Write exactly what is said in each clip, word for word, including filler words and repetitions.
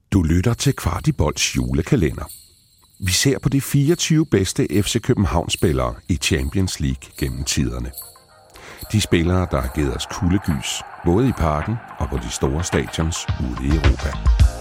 Du lytter til Kvartibolds julekalender. Vi ser på de fireogtyve bedste F C København-spillere i Champions League gennem tiderne. De spillere, der har givet os kuldegys, både i parken og på de store stadions ude i Europa.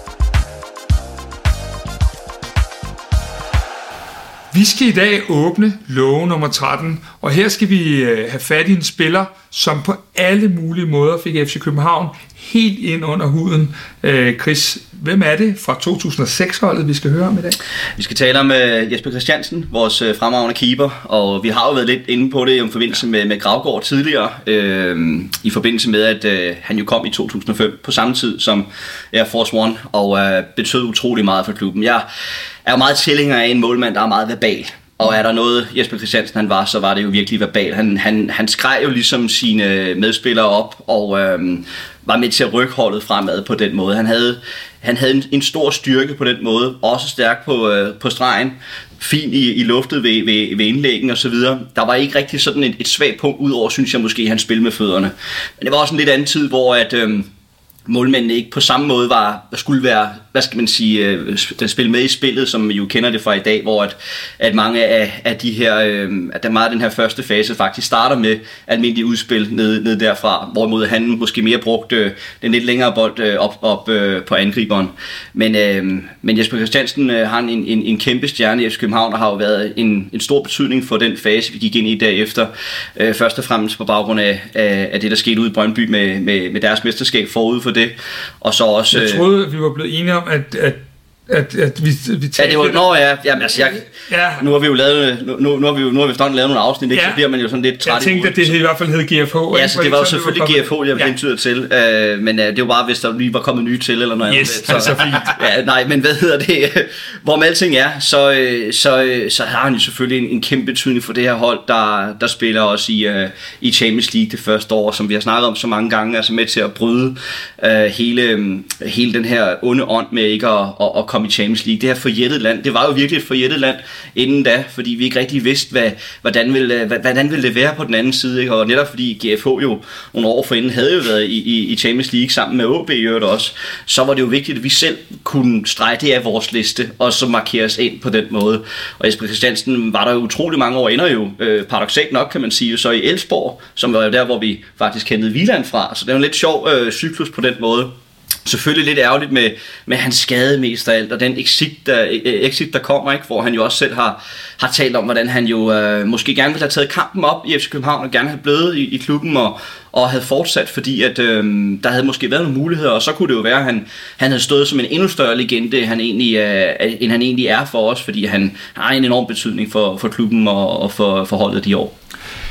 Vi skal i dag åbne låge nummer tretten, og her skal vi have fat i en spiller, som på alle mulige måder fik F C København helt ind under huden. Chris, hvem er det fra to tusind og seks-holdet, vi skal høre om i dag? Vi skal tale om Jesper Christiansen, vores fremragende keeper, og vi har jo været lidt inde på det i forbindelse med, med Gravgaard tidligere, øh, i forbindelse med, at øh, han jo kom i to tusind og fem på samme tid som Air Force One, og øh, betød utrolig meget for klubben. Jeg er jo meget tilhænger af en målmand, der er meget verbal. Og er der noget Jesper Christiansen han var, så var det jo virkelig verbal. Han, han, han skreg jo ligesom sine medspillere op og øhm, var med til at rykke holdet fremad på den måde. Han havde, han havde en, en stor styrke på den måde, også stærk på, øh, på stregen, fin i, i luftet ved, ved, ved indlæggen og så videre. Der var ikke rigtig sådan et, et svagt punkt, udover synes jeg måske, han spillede med fødderne. Men det var også en lidt anden tid, hvor at... Øhm, målmændene ikke på samme måde var, skulle være, hvad skal man sige, øh, spille med i spillet, som vi jo kender det fra i dag, hvor at, at mange af, af de her, øh, at der meget af den her første fase faktisk starter med almindelige udspil ned, ned derfra, hvorimod han måske mere brugte øh, den lidt længere bold øh, op, op øh, på angriberen. Men, øh, men Jesper Christiansen øh, har en, en, en kæmpe stjerne i F C København, og har jo været en, en stor betydning for den fase, vi gik ind i derefter. Øh, først og fremmest på baggrund af, af, af det, der skete ude i Brøndby med, med, med deres mesterskab forud for det. Og så også, jeg troede, at vi var blevet enige om, at, at, at, at vi, vi talte... Ja, det var, nå ja, jamen, altså, jeg, ja. Nu har vi jo lavet, nu, nu har vi jo nu har vi stadig lavet nogle afsnit, ikke? Ja. Så bliver man jo sådan lidt træt. Jeg tænkte, at det i hvert fald hed G F H. Ja, så det var jo selvfølgelig G F H, jeg hentyder til. Uh, men uh, det var bare, hvis der lige var kommet nye til, eller noget yes, andet. Så, så fint. Ja, nej, men hvad hedder det? Hvorom alting er, så, så, så har han jo selvfølgelig en, en kæmpe betydning for det her hold, der, der spiller også i, uh, i Champions League det første år, som vi har snakket om så mange gange, altså med til at bryde uh, hele, um, hele den her onde ånd med ikke at, at, at komme i Champions League. Det her forjættet land, det var jo virkelig et forjættet land inden da, fordi vi ikke rigtig vidste, hvad, hvordan, ville, hvordan ville det være på den anden side, ikke? Og netop fordi G F H jo nogle år forinden havde jo været i, i, i Champions League sammen med O B i øvrigt også, så var det jo vigtigt, at vi selv kunne strege det af vores liste, og så markeres ind på den måde. Og Jesper Christiansen var der jo utrolig mange år, ender jo øh, paradoksalt nok, kan man sige, så i Elfsborg, som var jo der, hvor vi faktisk hentede Wieland fra, så det er jo en lidt sjov øh, cyklus på den måde. Selvfølgelig lidt ærgerligt med, med hans skade mest af alt, og den exit der, exit, der kommer, ikke? Hvor han jo også selv har, har talt om, hvordan han jo øh, måske gerne ville have taget kampen op i F C København, og gerne have blevet i, i klubben, og, og havde fortsat, fordi at, øh, der havde måske været nogle muligheder, og så kunne det jo være, at han, han havde stået som en endnu større legende, han egentlig, øh, end han egentlig er for os, fordi han har en enorm betydning for, for klubben og, og for, for holdet de år.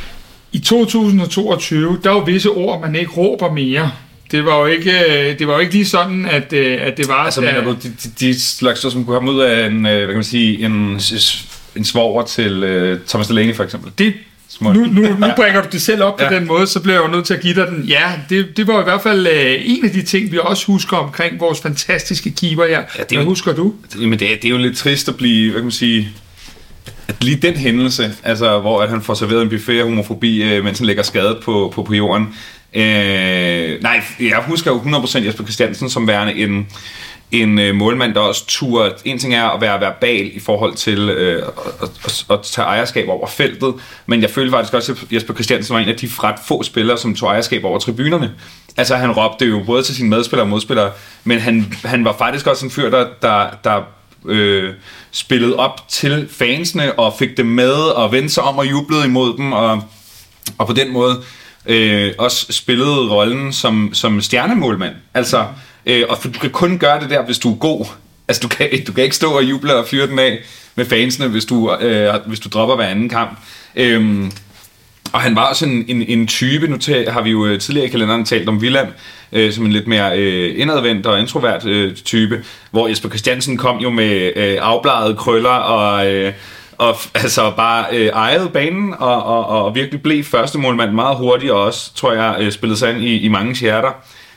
I to tusind og toogtyve, der er jo visse ord, man ikke råber mere. Det var jo ikke, det var jo ikke lige sådan, at, at det var... Altså mener du, de, de, de slags, som kunne komme ud af en, hvad kan man sige, en, en svoger til uh, Thomas Delaney for eksempel? Det, nu, nu, nu bringer du det selv op på ja. den måde, så bliver jeg jo nødt til at give dig den. Ja, det, det var i hvert fald uh, en af de ting, vi også husker omkring vores fantastiske keeper her. Ja, hvad husker du? Det, men det, det er jo lidt trist at blive, hvad kan man sige... At lige den hændelse, altså hvor at han får serveret en buffet af homofobi, øh, mens han lægger skadet på, på, på jorden. Øh, nej, jeg husker jo hundrede procent Jesper Christiansen som værende en, en øh, målmand, der også turde. En ting er at være verbal i forhold til øh, at, at, at tage ejerskab over feltet, men jeg følte faktisk også, at Jesper Christiansen var en af de ret få spillere, som tog ejerskab over tribunerne. Altså han råbte jo både til sine medspillere og modspillere, men han, han var faktisk også en fyr, der, der, der øh, spillede op til fansene og fik dem med og vendte sig om og jublede imod dem, og, og på den måde øh, også spillede rollen som, som stjernemålmand. Altså, øh, og du kan kun gøre det der, hvis du er god. Altså du kan, du kan ikke stå og juble og fyre den af med fansene, hvis du, øh, hvis du dropper hver anden kamp. Øh, Og han var også en, en, en type, nu til, har vi jo tidligere i kalenderen talt om Wieland, øh, som en lidt mere øh, indadvendt og introvert øh, type, hvor Jesper Christiansen kom jo med øh, afbladede krøller og, øh, og altså bare øh, ejede banen og, og, og virkelig blev første målmand meget hurtigt, og også, tror jeg, øh, spillede sig ind i, i mange hjerter.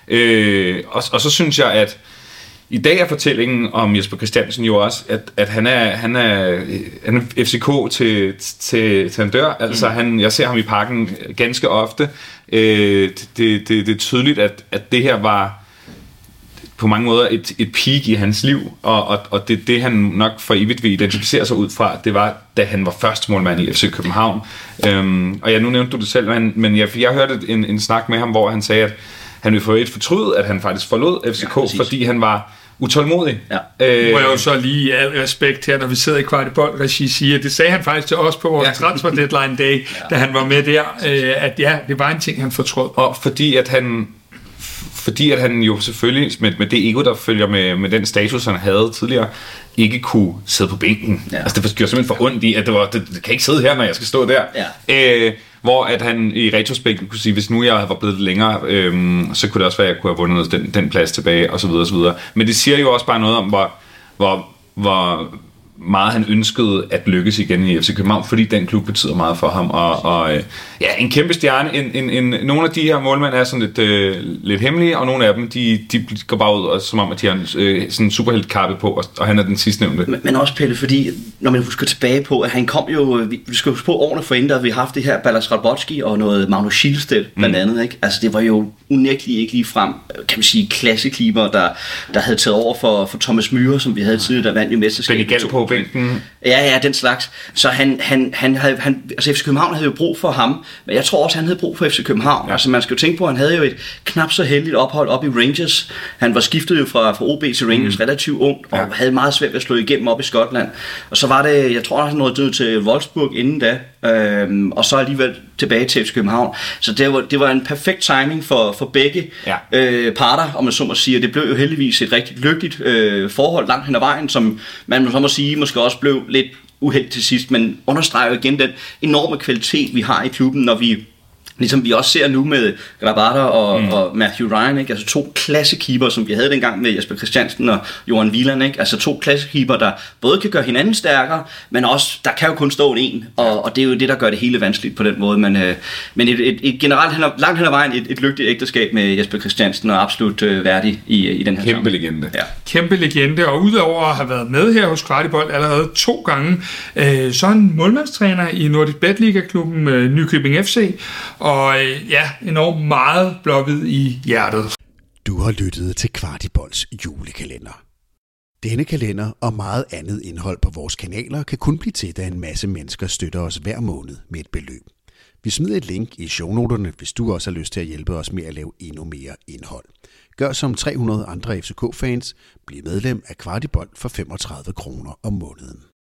Øh, og, og så synes jeg, at i dag er fortællingen om Jesper Christiansen jo også, at, at han, er, han, er, han er F C K til, til, til han dør. Altså, mm. han, jeg ser ham i parken ganske ofte. Øh, det, det, det er tydeligt, at, at det her var på mange måder et, et peak i hans liv, og, og, og det, det han nok for evigt vil identificere sig ud fra, det var, da han var første målmand i F C København. Øhm, og ja, nu nævnte du det selv, men, men jeg, jeg hørte en, en snak med ham, hvor han sagde, at han ville få et fortryde, at han faktisk forlod F C K, ja, fordi han var utålmodig. Ja. Øh, må jeg jo så lige i al respekt her, når vi sidder i Kvartibold-regi, sige, det sagde han faktisk til os på vores ja. transfer deadline day, ja. da han var med der, øh, at ja, det var en ting, han fortrød. Og fordi at han fordi at han jo selvfølgelig med, med det ego, der følger med, med den status, han havde tidligere, ikke kunne sidde på bænken. Ja. Altså det gjorde simpelthen for ondt i, at det, var, det, det kan ikke sidde her, når jeg skal stå der. Ja. Øh, hvor at han i retrospekt kunne sige, hvis nu jeg var blevet lidt længere, øhm, så kunne det også være, at jeg kunne have vundet den, den plads tilbage, og så videre, og så videre. Men det siger jo også bare noget om, hvor, hvor, hvor meget han ønskede at lykkes igen i F C København, fordi den klub betyder meget for ham, og, og ja, en kæmpe stjerne. En, en, en, nogle af de her målmænd er sådan lidt, øh, lidt hemmelige, og nogle af dem, de, de går bare ud, og, som om, at de har en øh, sådan en superheltkappe på, og, og han er den sidstnævnte. Men, men også, Pelle, fordi når man husker tilbage på, at han kom jo, vi, vi skal huske på årene forinden, der vi har haft det her Ballas Rabotski og noget Magnus Schilstedt blandt mm. andet, ikke? Altså det var jo unægteligt ikke lige frem, kan man sige, klassekliber, der, der havde taget over for, for Thomas Myhre, som vi havde tidligere, der vandt jo mesterskabet. Benny Gall på bænken. Ja, ja, den slags. Så han, han, han havde, han, altså F C København havde jo brug for ham, men jeg tror også, han havde brug for F C København. Ja. Altså man skal jo tænke på, at han havde jo et knap så heldigt ophold op i Rangers. Han var skiftet jo fra, fra O B til Rangers mm. relativt ungt, og ja. havde meget svært ved at slå igennem op i Skotland. Og så var det, jeg tror, han nåede til Wolfsburg inden da, øhm, og så alligevel tilbage til F C København. Så det var, det var en perfekt timing for, for begge ja. øh, parter, om man så må sige. Og det blev jo heldigvis et rigtig lykkeligt øh, forhold langt hen ad vejen, som man så må sige, måske også blev lidt uheld til sidst, men understreger igen den enorme kvalitet, vi har i klubben, når vi, ligesom vi også ser nu med Grabata og, mm. og Matthew Ryan, ikke? Altså to klassekeeper, som vi havde dengang med Jesper Christiansen og Johan Wieland, ikke? Altså to klassekeeper, der både kan gøre hinanden stærkere, men også, der kan jo kun stå en, og, og det er jo det, der gør det hele vanskeligt på den måde, men, øh, men et, et, et generelt hen ad, langt hen ad vejen et, et lykkeligt ægteskab med Jesper Christiansen, og absolut øh, værdig i, i den her Kæmpe legende. Ja. Kæmpe legende, og udover at have været med her hos Kvartibold allerede to gange, øh, så er han målmandstræner i Nordisk Bet-liga-klubben øh, Nykøbing F C, og ja, enormt meget blåhvid i hjertet. Du har lyttet til Kvartibolds julekalender. Denne kalender og meget andet indhold på vores kanaler kan kun blive til, da en masse mennesker støtter os hver måned med et beløb. Vi smider et link i shownoterne, hvis du også har lyst til at hjælpe os med at lave endnu mere indhold. Gør som tre hundrede andre F C K-fans. Bliv medlem af Kvartibold for femogtredive kroner om måneden.